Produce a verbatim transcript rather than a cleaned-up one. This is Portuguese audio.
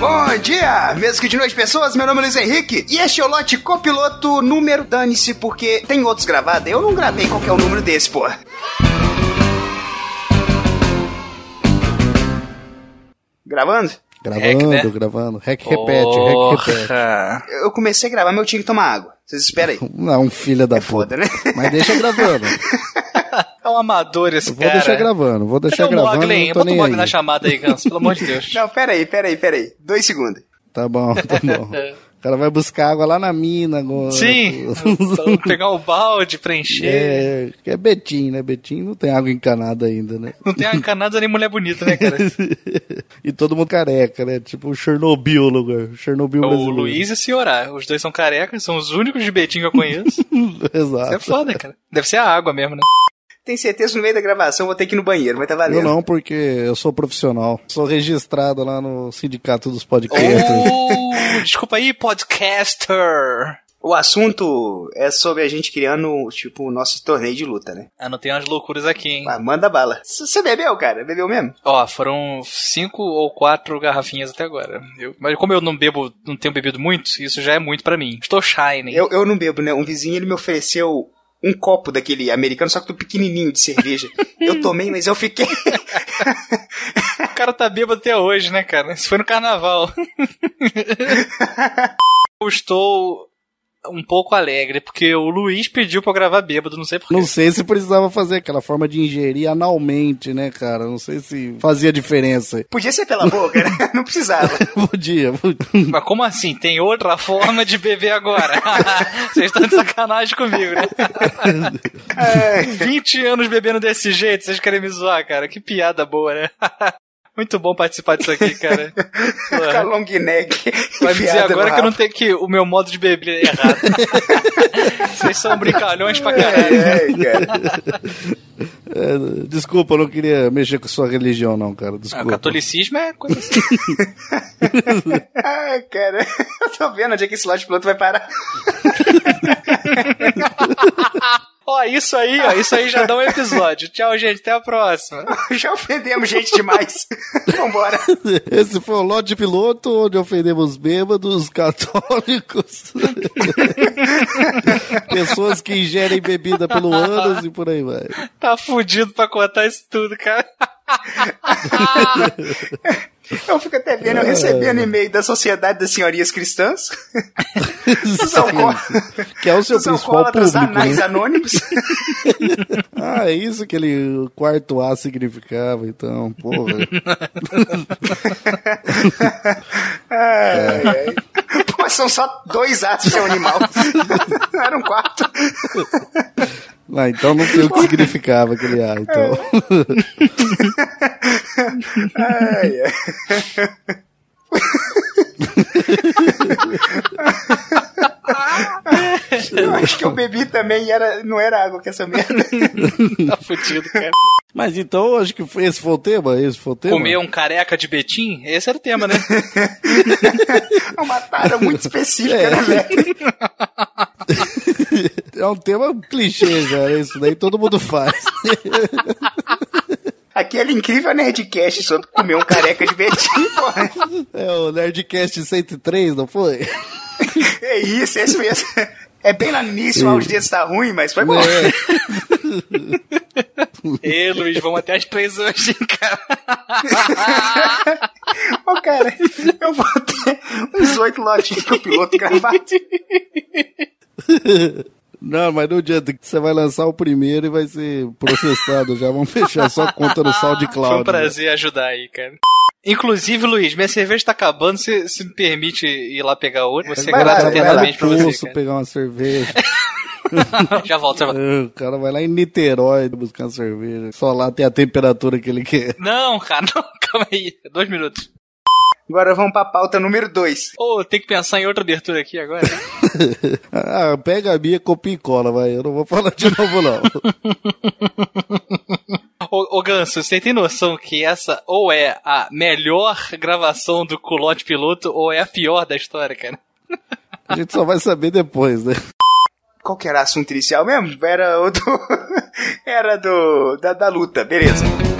Bom dia, mesmo que de noite pessoas, meu nome é Luiz Henrique e este é o lote copiloto número, dane-se porque tem outros gravados, eu não gravei qual que é o número desse, pô. Gravando? Gravando, Rec, né? gravando. Rec, repete, rec, repete. Eu comecei a gravar, mas eu tinha que tomar água. Vocês esperam aí. Não, filha da É puta. foda, né? Mas deixa gravando. É um amador esse Eu vou cara. deixar gravando, vou deixar Cadê o gravando, Mogli? não tô Bota o nem Mogli aí. na chamada aí, Ganso, pelo amor de Deus. Não, peraí, peraí, peraí. Dois segundos. Tá bom, tá bom. O cara vai buscar água lá na mina agora. Sim, então, pegar o balde, preencher. É, que é Betim, né? Betim não tem água encanada ainda, né? Não tem encanada nem mulher bonita, né, cara? E todo mundo careca, né? Tipo o Chernobyl, lugar. Chernobyl O brasileiro. Luiz e o Ciorá, os dois são carecas, são os únicos de Betinho que eu conheço. Exato. Isso é foda, cara. Deve ser a água mesmo, né? Tem certeza que no meio da gravação eu vou ter que ir no banheiro, mas tá valendo. Eu não, porque eu sou profissional. Sou registrado lá no Sindicato dos Podcasters. Oh, desculpa aí, podcaster. O assunto é sobre a gente criando, tipo, o nosso torneio de luta, né? Anotei umas loucuras aqui, hein? Ah, manda bala. C- Você bebeu, cara? Bebeu mesmo? Ó, foram cinco ou quatro garrafinhas até agora. Eu, mas como eu não bebo, não tenho bebido muito, isso já é muito pra mim. Estou shining. Eu, eu não bebo, né? Um vizinho, ele me ofereceu um copo daquele americano, só que do pequenininho de cerveja. Eu tomei, mas eu fiquei... O cara tá bêbado até hoje, né, cara? Isso foi no carnaval. Eu estou um pouco alegre, porque o Luiz pediu pra eu gravar bêbado, não sei porquê. Não sei se precisava fazer aquela forma de ingerir analmente, né, cara? Não sei se fazia diferença. Podia ser pela boca, né? Não precisava. Podia, podia. Mas como assim? Tem outra forma de beber agora? Vocês estão de sacanagem comigo, né? vinte anos bebendo desse jeito, vocês querem me zoar, cara? Que piada boa, né? Muito bom participar disso aqui, cara. Ficar long neck. Vai me dizer agora que eu não tenho que... O meu modo de beber é errado. Vocês são brincalhões pra caralho. É, cara. É, desculpa, eu não queria mexer com sua religião, não, cara. Ah, Desculpa. o catolicismo é coisa assim. Ai, cara. Eu tô vendo onde é que esse lote piloto vai parar. Ó, isso aí, ó, isso aí já dá um episódio. Tchau, gente, até a próxima. Já ofendemos gente demais. Vambora. Esse foi o lote piloto onde ofendemos bêbados, católicos, pessoas que ingerem bebida pelo ânus e por aí vai. Tá fudido pra contar isso tudo, cara. Eu fico até vendo, eu recebendo e-mail da Sociedade das Senhorias Cristãs. Dos alco... Que é o seu Dos principal alcoólatras público, anais né? anônimos. Ah, é isso que ele, o quarto A significava, então, porra. Ai, ai. Pô, são só dois A's de ser um animal. Não era um quarto. Ah, então não sei o que significava aquele A, então. Ai, ai. Eu acho que eu bebi também e era, não era água que essa merda. Tá fudido, cara. Mas então, acho que foi, esse foi o tema, esse foi o tema. Comer um careca de Betim? Esse era o tema, né? É uma tara muito específica, É. né, velho? É um tema clichê já, né? Isso daí todo mundo faz. Aquele incrível Nerdcast sobre comer um careca de Betim, porra. É o Nerdcast cento e três, não foi? É isso, é isso mesmo. É bem lá no início, o áudio deles tá ruim, mas foi bom. É. Ê, Luiz, vamos até as três hoje, cara. Ô, cara, eu vou ter uns oito lotinhos pro piloto gravar. Não, mas não adianta, que você vai lançar o primeiro e vai ser processado já. Vamos fechar sua conta no SoundCloud. Foi um prazer ajudar aí, cara. Inclusive, Luiz, minha cerveja tá acabando, se, se me permite ir lá pegar outra, você Vai lá, grata vai lá, eternamente pra você, Posso cara. pegar uma cerveja. Já volto, já volto. O cara vai lá em Niterói buscar uma cerveja. Só lá tem a temperatura que ele quer. Não, cara, não, calma aí, dois minutos. Agora vamos pra pauta número dois. Ô, tem que pensar em outra abertura aqui agora. Ah, pega a minha, copia e cola, vai. Eu não vou falar de novo, não. Ô, ô Ganso, você tem noção que essa ou é a melhor gravação do Culote Piloto ou é a pior da história, cara? A gente só vai saber depois, né? Qual que era o assunto inicial mesmo? Era o do... Era do... Da, da luta, beleza.